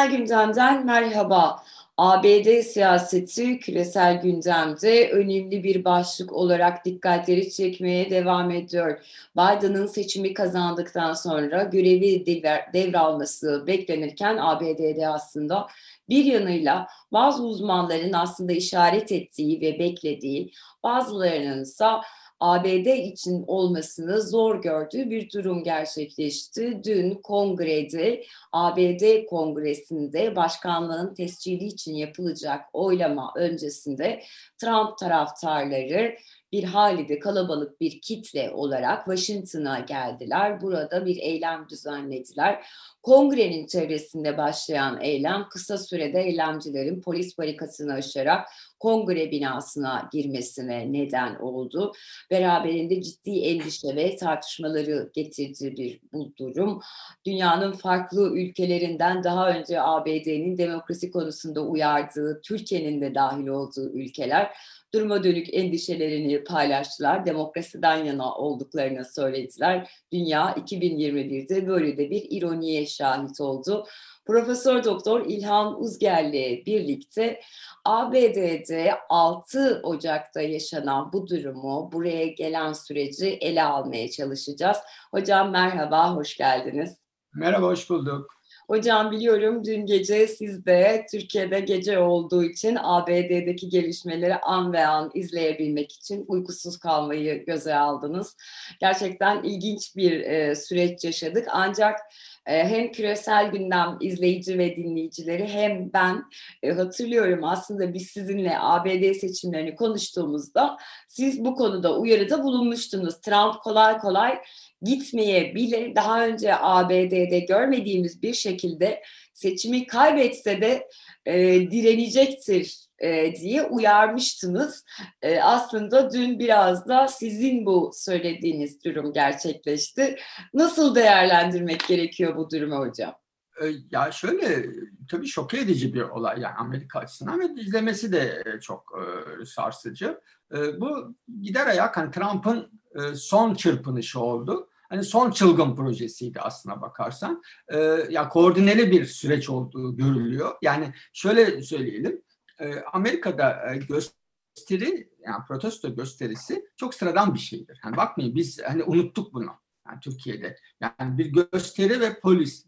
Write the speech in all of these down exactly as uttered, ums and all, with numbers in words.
Küresel gündemden merhaba. A B D siyaseti küresel gündemde önemli bir başlık olarak dikkatleri çekmeye devam ediyor. Biden'ın seçimi kazandıktan sonra görevi devre- devralması beklenirken A B D'de aslında bir yanıyla bazı uzmanların aslında işaret ettiği ve beklediği, bazılarının ise A B D için olmasını zor gördüğü bir durum gerçekleşti. Dün kongrede A B D Kongresi'nde başkanlığın tescili için yapılacak oylama öncesinde Trump taraftarları bir halde kalabalık bir kitle olarak Washington'a geldiler. Burada bir eylem düzenlediler. Kongrenin çevresinde başlayan eylem kısa sürede eylemcilerin polis barikatını aşarak kongre binasına girmesine neden oldu. Beraberinde ciddi endişe ve tartışmaları getirdiği bir bu durum. Dünyanın farklı ülkelerinden daha önce A B D'nin demokrasi konusunda uyardığı, Türkiye'nin de dahil olduğu ülkeler duruma dönük endişelerini paylaştılar. Demokrasiden yana olduklarını söylediler. Dünya iki bin yirmi birde böyle de bir ironiye şahit oldu. Profesör Doktor İlhan Uzger'le birlikte A B D'de altı Ocak'ta yaşanan bu durumu, buraya gelen süreci ele almaya çalışacağız. Hocam merhaba, hoş geldiniz. Merhaba, hoş bulduk. Hocam biliyorum dün gece siz de Türkiye'de gece olduğu için A B D'deki gelişmeleri an ve an izleyebilmek için uykusuz kalmayı göze aldınız. Gerçekten ilginç bir e, süreç yaşadık. Ancak e, hem küresel gündem izleyici ve dinleyicileri hem ben e, hatırlıyorum aslında biz sizinle A B D seçimlerini konuştuğumuzda siz bu konuda uyarıda bulunmuştunuz. Trump kolay kolay gitmeyebilir. Daha önce A B D'de görmediğimiz bir şekilde seçimi kaybetse de e, direnecektir e, diye uyarmıştınız. E, aslında dün biraz da sizin bu söylediğiniz durum gerçekleşti. Nasıl değerlendirmek gerekiyor bu durumu hocam? Ya şöyle, tabii şok edici bir olay yani Amerika açısından ve izlemesi de çok e, sarsıcı. E, bu gider ayak hani Trump'ın e, son çırpınışı oldu. Hani son çılgın projesiydi aslına bakarsan. E, ya koordineli bir süreç olduğu görülüyor. Yani şöyle söyleyelim, e, Amerika'da e, gösteri, yani protesto gösterisi çok sıradan bir şeydir. Hani bakmayın biz hani unuttuk bunu. Yani Türkiye'de yani bir gösteri ve polis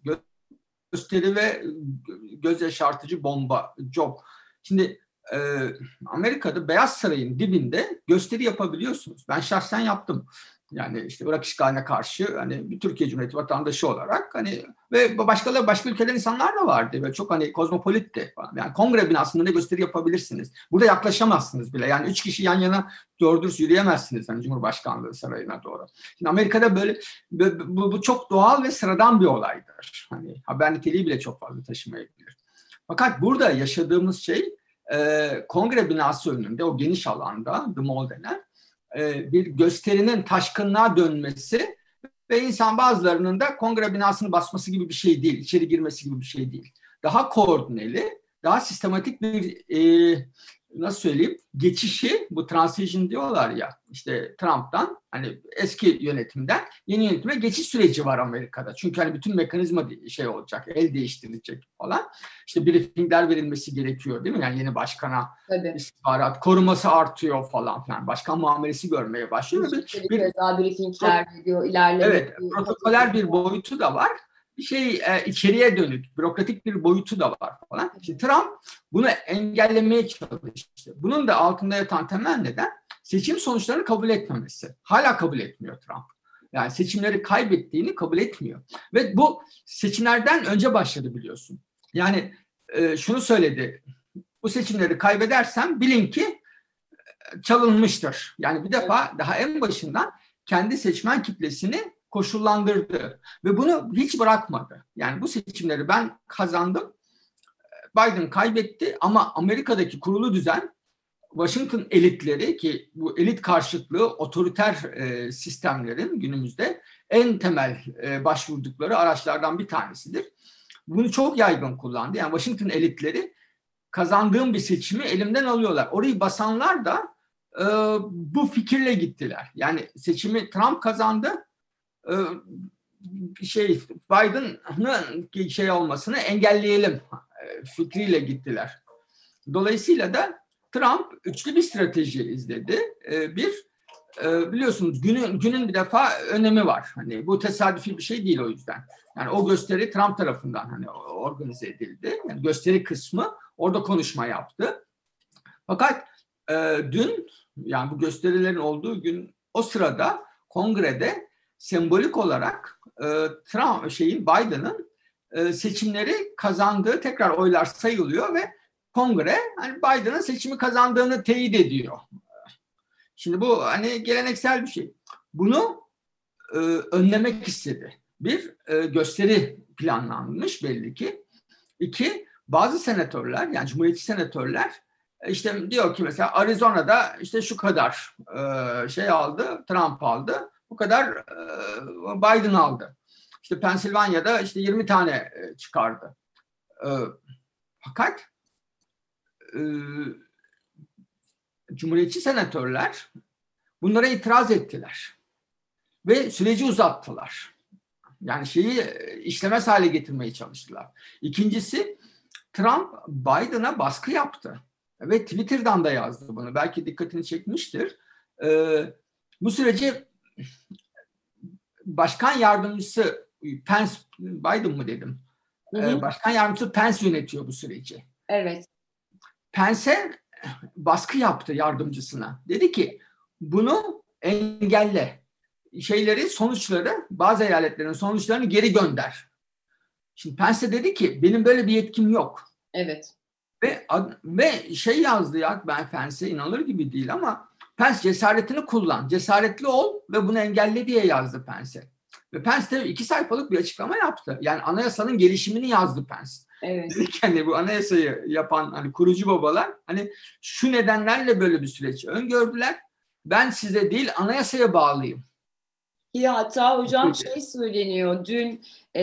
gösteri ve göz yaşartıcı bomba, job. Şimdi e, Amerika'da Beyaz Saray'ın dibinde gösteri yapabiliyorsunuz. Ben şahsen yaptım. Yani işte Irak işgaline karşı hani bir Türkiye Cumhuriyeti vatandaşı olarak hani ve başkaları başka ülkeden insanlar da vardı ve çok hani kozmopolitti falan. Yani kongre binasında ne gösteri yapabilirsiniz. Burada yaklaşamazsınız bile. Yani üç kişi yan yana doğru dürüst yürüyemezsiniz hani Cumhurbaşkanlığı sarayına doğru. Şimdi Amerika'da böyle bu, bu çok doğal ve sıradan bir olaydır. Hani haber niteliği bile çok fazla taşımayabilir. Fakat burada yaşadığımız şey e, kongre binası önünde o geniş alanda The Mall denen e, bir gösterinin taşkınlığa dönmesi ve insan bazılarının da kongre binasını basması gibi bir şey değil, içeri girmesi gibi bir şey değil. Daha koordineli, daha sistematik bir e, nasıl söyleyeyim geçişi, bu transition diyorlar ya işte Trump'tan hani eski yönetimden yeni yönetime geçiş süreci var Amerika'da. Çünkü hani bütün mekanizma şey olacak, el değiştirecek falan. İşte briefingler verilmesi gerekiyor değil mi? Yani yeni başkana Tabii. istihbarat koruması artıyor falan filan. Başkan muamelesi görmeye başlıyor. Bir, Bir, keza briefingler veriyor, ilerleme. evet, protokoler bir boyutu da var. Bir şey e, içeriye dönük, bürokratik bir boyutu da var falan. Şimdi Trump bunu engellemeye çalıştı. Bunun da altında yatan temel neden seçim sonuçlarını kabul etmemesi. Hala kabul etmiyor Trump. Yani seçimleri kaybettiğini kabul etmiyor. Ve bu seçimlerden önce başladı biliyorsun. Yani e, şunu söyledi. Bu seçimleri kaybedersem bilin ki çalınmıştır. Yani bir defa daha en başından kendi seçmen kitlesini koşullandırdı ve bunu hiç bırakmadı. Yani bu seçimleri ben kazandım, Biden kaybetti ama Amerika'daki kurulu düzen, Washington elitleri ki bu elit karşıtlığı otoriter e, sistemlerin günümüzde en temel e, başvurdukları araçlardan bir tanesidir. Bunu çok yaygın kullandı. Yani Washington elitleri kazandığım bir seçimi elimden alıyorlar. Orayı basanlar da e, bu fikirle gittiler. Yani seçimi Trump kazandı. E, şey Biden'ın şey olmasını engelleyelim fikriyle gittiler. Dolayısıyla da Trump üçlü bir strateji izledi. E, bir, e, biliyorsunuz günün, günün bir defa önemi var. Hani bu tesadüfi bir şey değil o yüzden. Yani o gösteri Trump tarafından hani organize edildi. Yani gösteri kısmı orada konuşma yaptı. Fakat e, dün, yani bu gösterilerin olduğu gün, o sırada kongrede sembolik olarak e, Trump şeyin Biden'ın e, seçimleri kazandığı tekrar oylar sayılıyor ve kongre hani Biden'ın seçimi kazandığını teyit ediyor. Şimdi bu hani geleneksel bir şey. Bunu e, önlemek istedi. Bir, e, gösteri planlanmış belli ki. İki, bazı senatörler, yani Cumhuriyetçi senatörler işte diyor ki mesela Arizona'da işte şu kadar e, şey aldı, Trump aldı, bu kadar e, Biden aldı. İşte Pensilvanya'da işte yirmi tane e, çıkardı. E, fakat e, Cumhuriyetçi senatörler bunlara itiraz ettiler ve süreci uzattılar. Yani şeyi işlemez hale getirmeye çalıştılar. İkincisi, Trump Biden'a baskı yaptı ve Twitter'dan da yazdı bunu. Belki dikkatini çekmiştir. Ee, bu süreci başkan yardımcısı Pence, Biden mı dedim? Hı hı. Ee, başkan yardımcısı Pence yönetiyor bu süreci. Evet. Pence'e baskı yaptı yardımcısına. Dedi ki bunu engelle. Şeyleri, sonuçları, bazı eyaletlerin sonuçlarını geri gönder. Şimdi Pence dedi ki benim böyle bir yetkim yok. Evet. Ve ve şey yazdı ya, ben Pence'e inanılır gibi değil ama Pence cesaretini kullan, cesaretli ol ve bunu engelle diye yazdı Pence. Ve Pence de iki sayfalık bir açıklama yaptı. Yani anayasanın gelişimini yazdı Pence. Evet. Dedi ki hani bu anayasayı yapan hani kurucu babalar hani şu nedenlerle böyle bir süreç öngördüler. Ben size değil anayasaya bağlıyım. Ya hatta hocam şey söyleniyor dün e,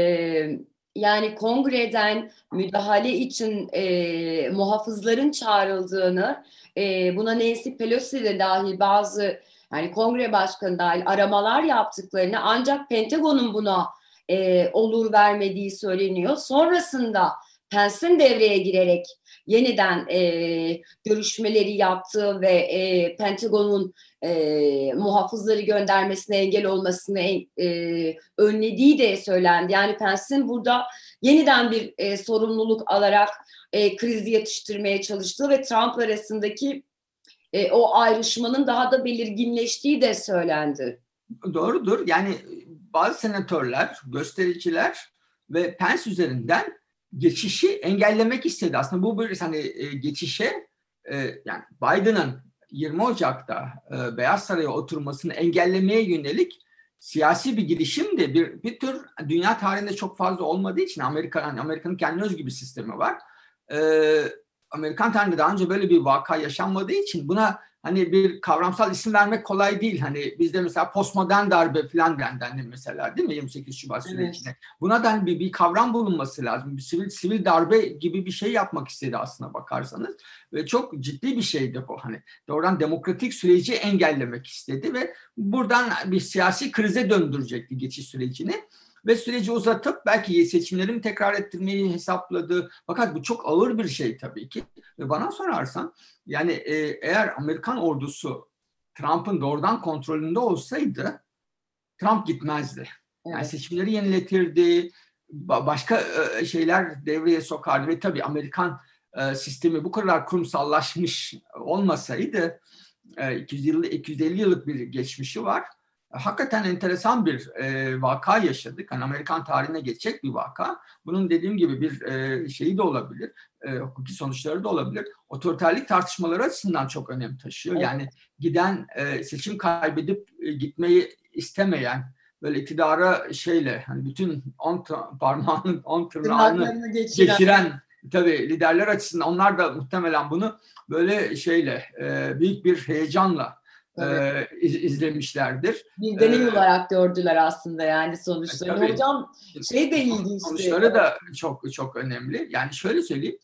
yani kongreden müdahale için e, muhafızların çağrıldığını e, buna Nancy Pelosi de dahil bazı yani kongre başkanı dahil aramalar yaptıklarını ancak Pentagon'un buna e, olur vermediği söyleniyor. Sonrasında Pence'in devreye girerek yeniden e, görüşmeleri yaptığı ve e, Pentagon'un e, muhafızları göndermesine engel olmasını e, önlediği de söylendi. Yani Pence'in burada yeniden bir e, sorumluluk alarak e, krizi yatıştırmaya çalıştığı ve Trump arasındaki e, o ayrışmanın daha da belirginleştiği de söylendi. Doğrudur. Yani bazı senatörler, göstericiler ve Pence üzerinden geçişi engellemek istedi. Aslında bu bir hani geçişe yani Biden'ın yirmi Ocak'ta e, Beyaz Saray'a oturmasını engellemeye yönelik siyasi bir girişimdi. Bir, bir tür dünya tarihinde çok fazla olmadığı için Amerika, yani Amerika'nın kendine özgü bir sistemi var. E, Amerikan tarihinde daha önce böyle bir vaka yaşanmadığı için buna hani bir kavramsal isim vermek kolay değil. Hani bizde mesela postmodern darbe falan dendi mesela, değil mi, yirmi sekiz Şubat sürecine. Evet. Buna da hani bir, bir kavram bulunması lazım. Bir sivil sivil darbe gibi bir şey yapmak istedi aslına bakarsanız. Ve çok ciddi bir şeydi bu. Hani doğrudan demokratik süreci engellemek istedi ve buradan bir siyasi krize döndürecekti geçiş sürecini. Ve süreci uzatıp belki seçimlerini tekrar ettirmeyi hesapladı. Fakat bu çok ağır bir şey tabii ki. Ve bana sorarsan yani e, eğer Amerikan ordusu Trump'ın doğrudan kontrolünde olsaydı Trump gitmezdi. Yani evet. Seçimleri yeniletirdi, başka e, şeyler devreye sokardı ve tabii Amerikan e, sistemi bu kadar kurumsallaşmış olmasaydı e, iki yüz yıllık, iki yüz elli yıllık bir geçmişi var. Hakikaten enteresan bir e, vaka yaşadık. Yani Amerikan tarihine geçecek bir vaka. Bunun dediğim gibi bir e, şeyi de olabilir. E, hukuki sonuçları da olabilir. Otoriterlik tartışmaları açısından çok önem taşıyor. Evet. Yani giden e, seçim kaybedip e, gitmeyi istemeyen, böyle iktidara şeyle hani bütün on parmağının on tırnağını geçiren, geçiren tabii liderler açısından onlar da muhtemelen bunu böyle şeyle e, büyük bir heyecanla Evet. E, izlemişlerdir. Bir deney ee, olarak gördüler aslında yani sonuçlarını. Tabii, hocam şey de ilginçti. Sonuçları da çok çok önemli. Yani şöyle söyleyeyim.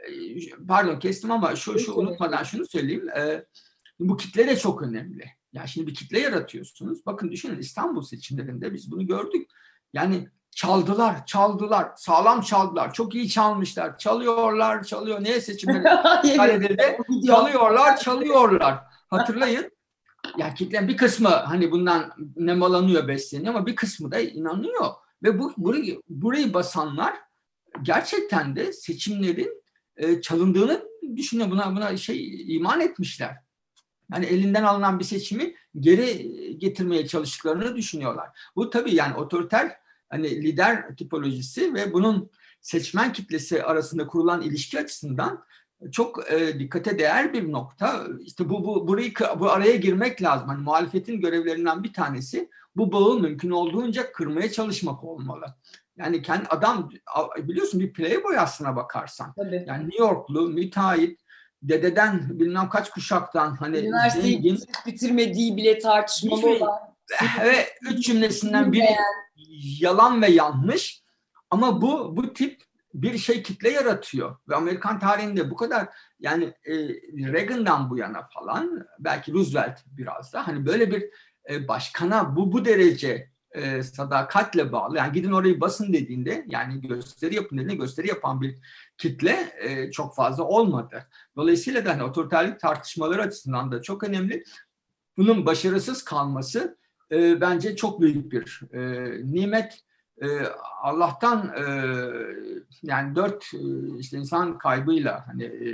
Pardon kestim ama şu şu unutmadan şunu söyleyeyim. E, bu kitle de çok önemli. Yani şimdi bir kitle yaratıyorsunuz. Bakın düşünün İstanbul seçimlerinde biz bunu gördük. Yani çaldılar, çaldılar, sağlam çaldılar, çok iyi çalmışlar, çalıyorlar, çalıyor. Neye seçimleri iptal edildi? Çalıyorlar, çalıyorlar. Hatırlayın. Ya kitlenin bir kısmı hani bundan nemalanıyor, besleniyor ama bir kısmı da inanıyor. Ve bu burayı, burayı basanlar gerçekten de seçimlerin e, çalındığını düşünüyor. Buna buna şey iman etmişler. Yani elinden alınan bir seçimi geri getirmeye çalıştıklarını düşünüyorlar. Bu tabii yani otoriter hani lider tipolojisi ve bunun seçmen kitlesi arasında kurulan ilişki açısından çok e, dikkate değer bir nokta. İşte bu, bu burayı bu araya girmek lazım. Hani muhalefetin görevlerinden bir tanesi bu bağı mümkün olduğunca kırmaya çalışmak olmalı. Yani kendi adam biliyorsun bir playboy aslına bakarsan. Tabii. Yani New Yorklu, müteahhit, dededen bilmem kaç kuşaktan hani üniversiteyi zengin, bitirip bitirmediği bile tartışmalı hiçbir, olan ve üç cümlesinden biri yalan ve yanlış ama bu bu tip bir şey kitle yaratıyor ve Amerikan tarihinde bu kadar yani e, Reagan'dan bu yana falan belki Roosevelt biraz da hani böyle bir e, başkana bu bu derece e, sadakatle bağlı yani gidin orayı basın dediğinde yani gösteri yapın dediğinde gösteri yapan bir kitle e, çok fazla olmadı. Dolayısıyla da hani otoriterlik tartışmaları açısından da çok önemli. Bunun başarısız kalması e, bence çok büyük bir e, nimet. E, Allah'tan e, yani dört e, işte insan kaybıyla hani e,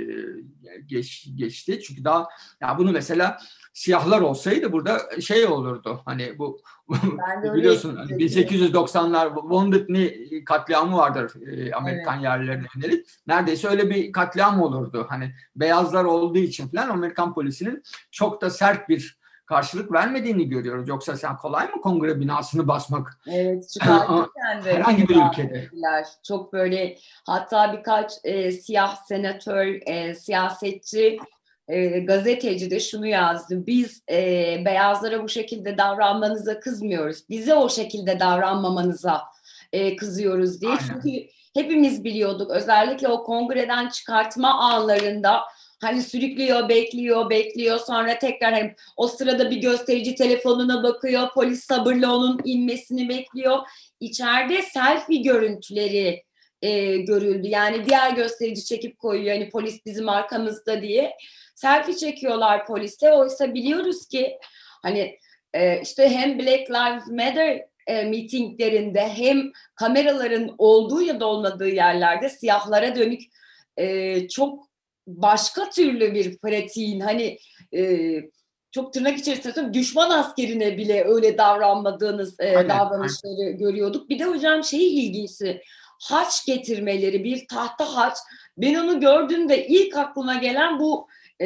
geç, geçti. Çünkü daha ya bunu mesela siyahlar olsaydı burada şey olurdu. Hani bu biliyorsun hani bin sekiz yüz doksanlar Wounded Knee katliamı vardır e, Amerikan evet. yerlilerine yönelik. Neredeyse öyle bir katliam olurdu. Hani beyazlar olduğu için falan Amerikan polisinin çok da sert bir karşılık vermediğini görüyoruz. Yoksa sen kolay mı kongre binasını basmak? Evet, çıkartırken de herhangi bir ülkede. Çok böyle hatta birkaç e, siyah senatör, e, siyasetçi, e, gazeteci de şunu yazdı. Biz e, beyazlara bu şekilde davranmanıza kızmıyoruz. Bize o şekilde davranmamanıza e, kızıyoruz diye. Aynen. Çünkü hepimiz biliyorduk. Özellikle o kongreden çıkartma anlarında hani sürüklüyor, bekliyor, bekliyor. Sonra tekrar hani o sırada bir gösterici telefonuna bakıyor. Polis sabırla onun inmesini bekliyor. İçeride selfie görüntüleri e, görüldü. Yani diğer gösterici çekip koyuyor. Hani polis bizim arkamızda diye. Selfie çekiyorlar polisle. Oysa biliyoruz ki hani e, işte hem Black Lives Matter e, mitinglerinde hem kameraların olduğu ya da olmadığı yerlerde siyahlara dönük e, çok başka türlü bir pratiğin hani e, çok tırnak içerisinde düşman askerine bile öyle davranmadığınız e, davranışları aynen. görüyorduk. Bir de hocam şeyi ilginçti. Haç getirmeleri, bir tahta haç. Ben onu gördüğümde ilk aklıma gelen bu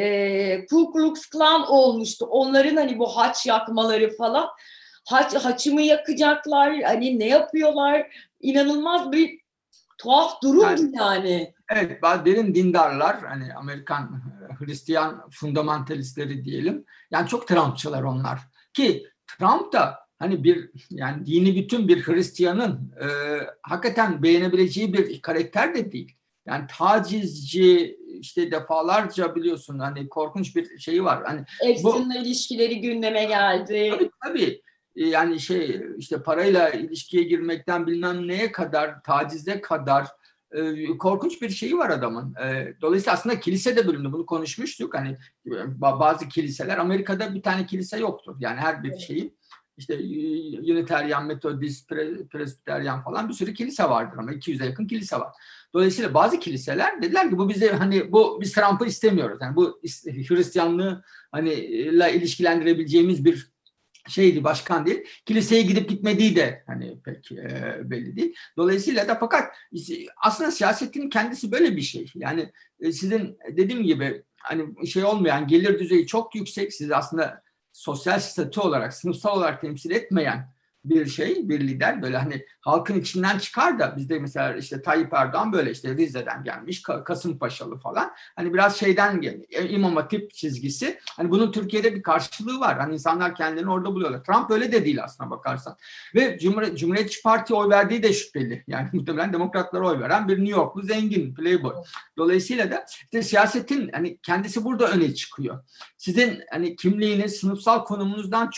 e, Ku Klux Klan olmuştu. Onların hani bu haç yakmaları falan. Haç, haçımı yakacaklar. Hani ne yapıyorlar? İnanılmaz bir tuhaf durumdu yani. yani. Evet, derin dindarlar, hani Amerikan Hristiyan fundamentalistleri diyelim. Yani çok Trumpçılar onlar. Ki Trump da hani bir yani dini bütün bir Hristiyanın e, hakikaten beğenebileceği bir karakter de değil. Yani tacizci işte defalarca biliyorsun hani korkunç bir şeyi var. Hani Epstein'le ilişkileri gündeme geldi. Tabii tabii. Yani şey işte parayla ilişkiye girmekten bilmem neye kadar, tacize kadar e, korkunç bir şeyi var adamın. E, dolayısıyla aslında kilise de bölümde bunu konuşmuştuk. Hani bazı kiliseler Amerika'da bir tane kilise yoktur. Yani her bir şeyin işte Unitarian, Metodist, Presbyterian falan bir sürü kilise vardır ama iki yüze yakın kilise var. Dolayısıyla bazı kiliseler dediler ki bu bize hani bu biz Trump'ı istemiyoruz. Yani bu Hristiyanlığı hani ile ilişkilendirebileceğimiz bir şeydi, başkan değil. Kiliseye gidip gitmediği de hani pek e, belli değil. Dolayısıyla da fakat aslında siyasetin kendisi böyle bir şey. Yani e, sizin dediğim gibi hani şey olmayan gelir düzeyi çok yüksek. Siz aslında sosyal statü olarak, sınıfsal olarak temsil etmeyen bir şey, bir lider böyle hani halkın içinden çıkar da bizde mesela işte Tayyip Erdoğan böyle işte Rize'den gelmiş, Kasımpaşalı falan. Hani biraz şeyden geliyor, İmam Hatip çizgisi. Hani bunun Türkiye'de bir karşılığı var. Hani insanlar kendilerini orada buluyorlar. Trump öyle de değil aslına bakarsan. Ve Cumhur Cumhuriyetçi Parti'ye oy verdiği de şüpheli. Yani muhtemelen demokratlara oy veren bir New Yorklu zengin, playboy. Dolayısıyla da işte siyasetin hani kendisi burada öne çıkıyor. Sizin hani kimliğiniz, sınıfsal konumunuzdan çok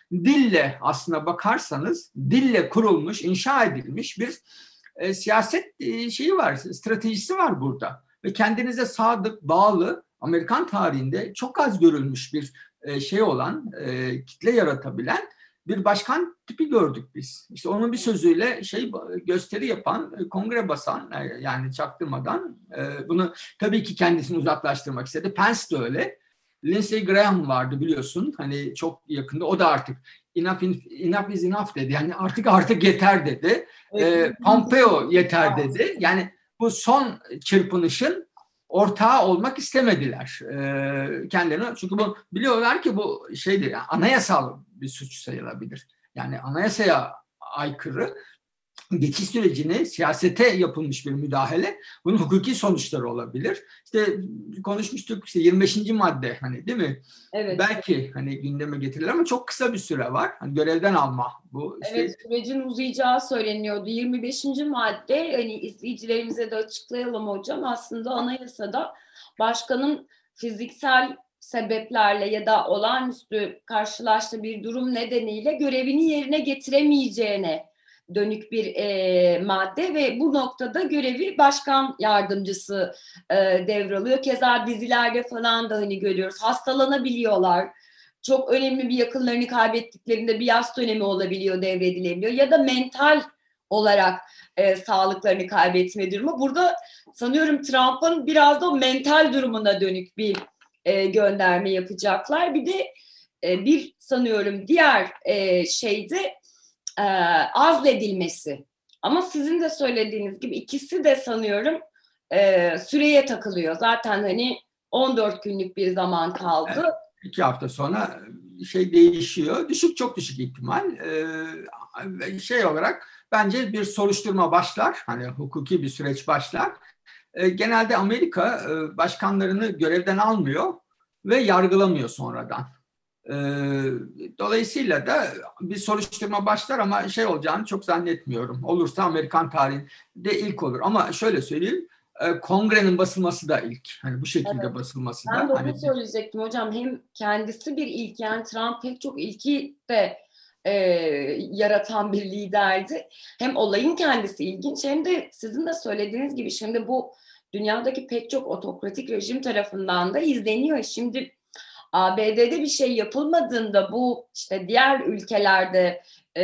dille aslına bakarsanız dille kurulmuş, inşa edilmiş bir e, siyaset e, şeyi var, stratejisi var burada. Ve kendinize sadık, bağlı, Amerikan tarihinde çok az görülmüş bir e, şey olan, e, kitle yaratabilen bir başkan tipi gördük biz. İşte onun bir sözüyle şey gösteri yapan, kongre basan, yani çaktırmadan e, bunu tabii ki kendisini uzaklaştırmak istedi. Pence de öyle. Lindsey Graham vardı biliyorsun. Hani çok yakında o da artık enough, enough is enough dedi. Yani artık artık yeter dedi. Evet. E, Pompeo yeter dedi. Yani bu son çırpınışın ortağı olmak istemediler e, kendilerine. Çünkü bu biliyorlar ki bu şeydir, yani anayasal bir suç sayılabilir. Yani anayasaya aykırı. Geçiş sürecine, siyasete yapılmış bir müdahale, bunun hukuki sonuçları olabilir. İşte konuşmuştuk, işte yirmi beşinci madde, hani değil mi? Evet. Belki hani gündeme getirilir ama çok kısa bir süre var. Hani görevden alma bu. İşte... Evet, sürecin uzayacağı söyleniyordu. yirmi beşinci madde, hani izleyicilerimize de açıklayalım hocam. Aslında anayasada başkanın fiziksel sebeplerle ya da olağanüstü karşılaştığı bir durum nedeniyle görevini yerine getiremeyeceğine dönük bir e, madde ve bu noktada görevi başkan yardımcısı e, devralıyor. Keza dizilerde falan da hani görüyoruz. Hastalanabiliyorlar. Çok önemli bir yakınlarını kaybettiklerinde bir yas dönemi olabiliyor, devredilebiliyor. Ya da mental olarak e, sağlıklarını kaybetme durumu. Burada sanıyorum Trump'ın biraz da o mental durumuna dönük bir e, gönderme yapacaklar. Bir de e, bir sanıyorum diğer e, şeyde E, azledilmesi. Ama sizin de söylediğiniz gibi ikisi de sanıyorum e, süreye takılıyor. Zaten hani on dört günlük bir zaman kaldı. Evet, iki hafta sonra şey değişiyor. Düşük, çok düşük ihtimal. Ee, şey olarak bence bir soruşturma başlar. Hani hukuki bir süreç başlar. Ee, genelde Amerika e, başkanlarını görevden almıyor ve yargılamıyor sonradan. Dolayısıyla da bir soruşturma başlar ama şey olacağını çok zannetmiyorum. Olursa Amerikan tarihinde ilk olur. Ama şöyle söyleyeyim, kongrenin basılması da ilk. Hani bu şekilde evet. basılması ben da. Ben de onu hani... söyleyecektim hocam. Hem kendisi bir ilk, yani Trump pek çok ilki de e, yaratan bir liderdi. Hem olayın kendisi ilginç, hem de sizin de söylediğiniz gibi şimdi bu dünyadaki pek çok otokratik rejim tarafından da izleniyor. Şimdi A B D'de bir şey yapılmadığında bu işte diğer ülkelerde e,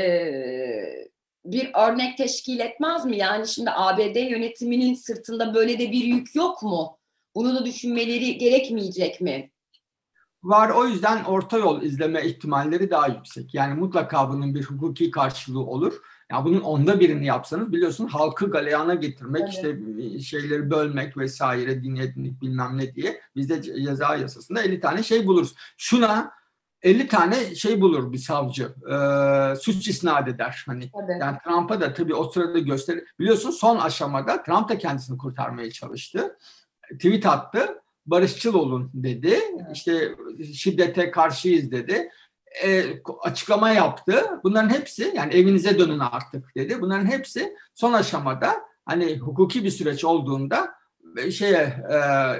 bir örnek teşkil etmez mi? Yani şimdi A B D yönetiminin sırtında böyle de bir yük yok mu? Bunu da düşünmeleri gerekmeyecek mi? Var, o yüzden orta yol izleme ihtimalleri daha yüksek. Yani mutlaka bunun bir hukuki karşılığı olur. Yani bunun onda birini yapsanız biliyorsun halkı galeyana getirmek, evet. işte şeyleri bölmek vesaire, din, etnik bilmem ne diye. Bizde ceza yasasında elli tane şey buluruz. Şuna elli tane şey bulur bir savcı. E, suç isnat eder. Hani evet. Yani Trump'a da tabii o sırada gösterir. Biliyorsun son aşamada Trump da kendisini kurtarmaya çalıştı. Tweet attı. Barışçıl olun dedi. Evet. İşte şiddete karşıyız dedi. E, açıklama yaptı. Bunların hepsi, yani evinize dönün artık dedi. Bunların hepsi son aşamada hani hukuki bir süreç olduğunda şeye e,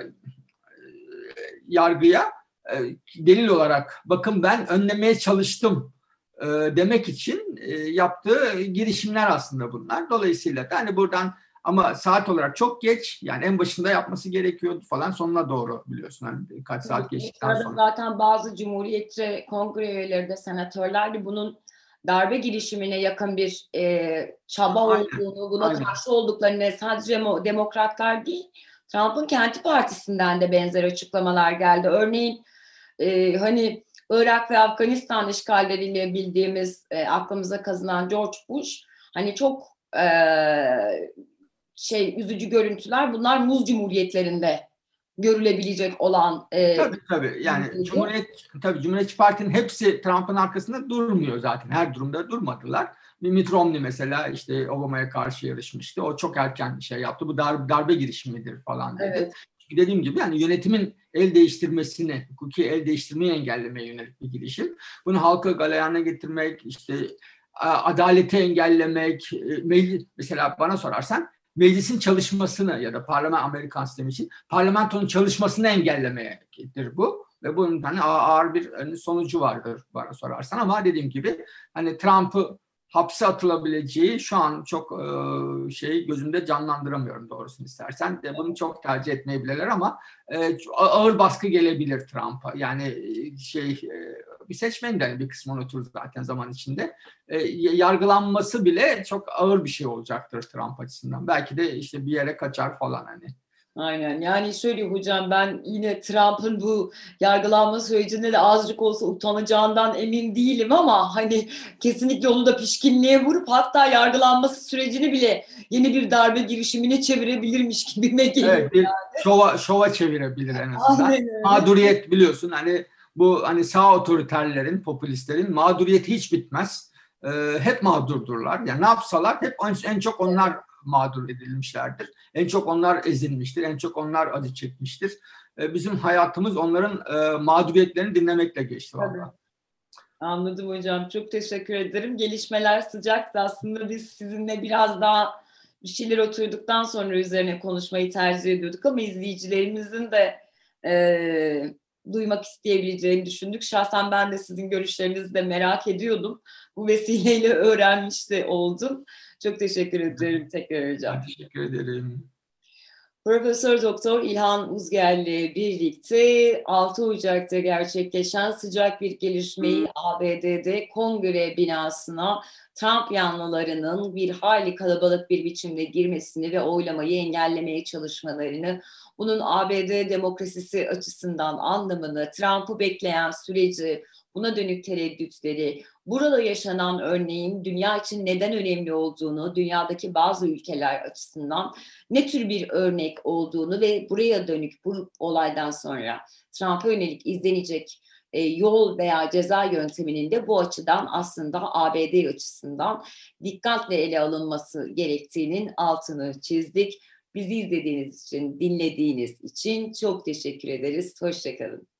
yargıya e, delil olarak bakın ben önlemeye çalıştım e, demek için e, yaptığı girişimler aslında bunlar. Dolayısıyla da hani buradan, ama saat olarak çok geç, yani en başında yapması gerekiyordu falan, sonuna doğru biliyorsun hani kaç saat geçtikten sonra. Zaten bazı Cumhuriyetçi kongre üyeleri de, senatörler de bunun darbe girişimine yakın bir e, çaba aynen, olduğunu, buna aynen. karşı olduklarını, sadece demokratlar değil, Trump'ın kendi partisinden de benzer açıklamalar geldi. Örneğin e, hani Irak ve Afganistan işgalleriyle bildiğimiz, e, aklımıza kazınan George Bush, hani çok e, şey üzücü görüntüler, bunlar muz cumhuriyetlerinde görülebilecek olan e, tabii tabii yani bilgi. Cumhuriyet tabii Cumhuriyetçi Parti'nin hepsi Trump'ın arkasında durmuyor zaten. Her durumda durmadılar. Mitt Romney mesela işte Obama'ya karşı yarışmıştı. O çok erken şey yaptı. Bu darbe, darbe girişimidir falan dedi. Evet. Çünkü dediğim gibi yani yönetimin el değiştirmesini, hukuki el değiştirmeyi engellemeye yönelik bir girişim. Bunu halka galeyana getirmek, işte adaleti engellemek, mesela bana sorarsan meclisin çalışmasını ya da parlamento, Amerikan sistemi için parlamentonun çalışmasını engellemektir bu. ve bunun hani ağır bir hani sonucu vardır bana sorarsan, ama dediğim gibi hani Trump'ı hapse atılabileceği şu an çok e, şey gözümde canlandıramıyorum doğrusunu istersen. De bunu çok tercih etmeyebilirler ama e, ağır baskı gelebilir Trump'a. Yani e, şey e, bir seçmenin de hani bir kısmı unutur zaten zaman içinde. E, yargılanması bile çok ağır bir şey olacaktır Trump açısından. Belki de işte bir yere kaçar falan hani. Aynen. Yani şöyle hocam, ben yine Trump'ın bu yargılanma sürecinde de azıcık olsa utanacağından emin değilim ama hani kesinlikle onu da pişkinliğe vurup hatta yargılanması sürecini bile yeni bir darbe girişimine çevirebilirmiş gibime geliyor Evet, bir yani. şova şova çevirebilir en azından. Aynen öyle. Mağduriyet biliyorsun hani bu hani sağ otoriterlerin, popülistlerin mağduriyeti hiç bitmez. Ee, hep mağdurdurlar. Yani ne yapsalar hep en çok onlar mağdur edilmişlerdir. En çok onlar ezilmiştir. En çok onlar acı çekmiştir. Ee, bizim hayatımız onların e, mağduriyetlerini dinlemekle geçti Tabii. vallahi. Anladım hocam. Çok teşekkür ederim. Gelişmeler sıcaktı. Aslında biz sizinle biraz daha bir şeyler oturduktan sonra üzerine konuşmayı tercih ediyorduk ama izleyicilerimizin de e, duymak isteyebileceğini düşündük. Şahsen ben de sizin görüşlerinizi de merak ediyordum. Bu vesileyle öğrenmiş de oldum. Çok teşekkür ederim tekrar hocam. Ben teşekkür ederim. Profesör Doktor İlhan Uzger'le birlikte altı Ocak'ta gerçekleşen sıcak bir gelişmeyi A B D'de Kongre binasına Trump yanlılarının bir hayli kalabalık bir biçimde girmesini ve oylamayı engellemeye çalışmalarını, bunun A B D demokrasisi açısından anlamını, Trump'ı bekleyen süreci, buna dönük tereddütleri, burada yaşanan örneğin dünya için neden önemli olduğunu, dünyadaki bazı ülkeler açısından ne tür bir örnek olduğunu ve buraya dönük bu olaydan sonra Trump'a yönelik izlenecek e, yol veya ceza yönteminin de bu açıdan aslında A B D açısından dikkatle ele alınması gerektiğinin altını çizdik. Bizi izlediğiniz için, dinlediğiniz için çok teşekkür ederiz. Hoşça kalın.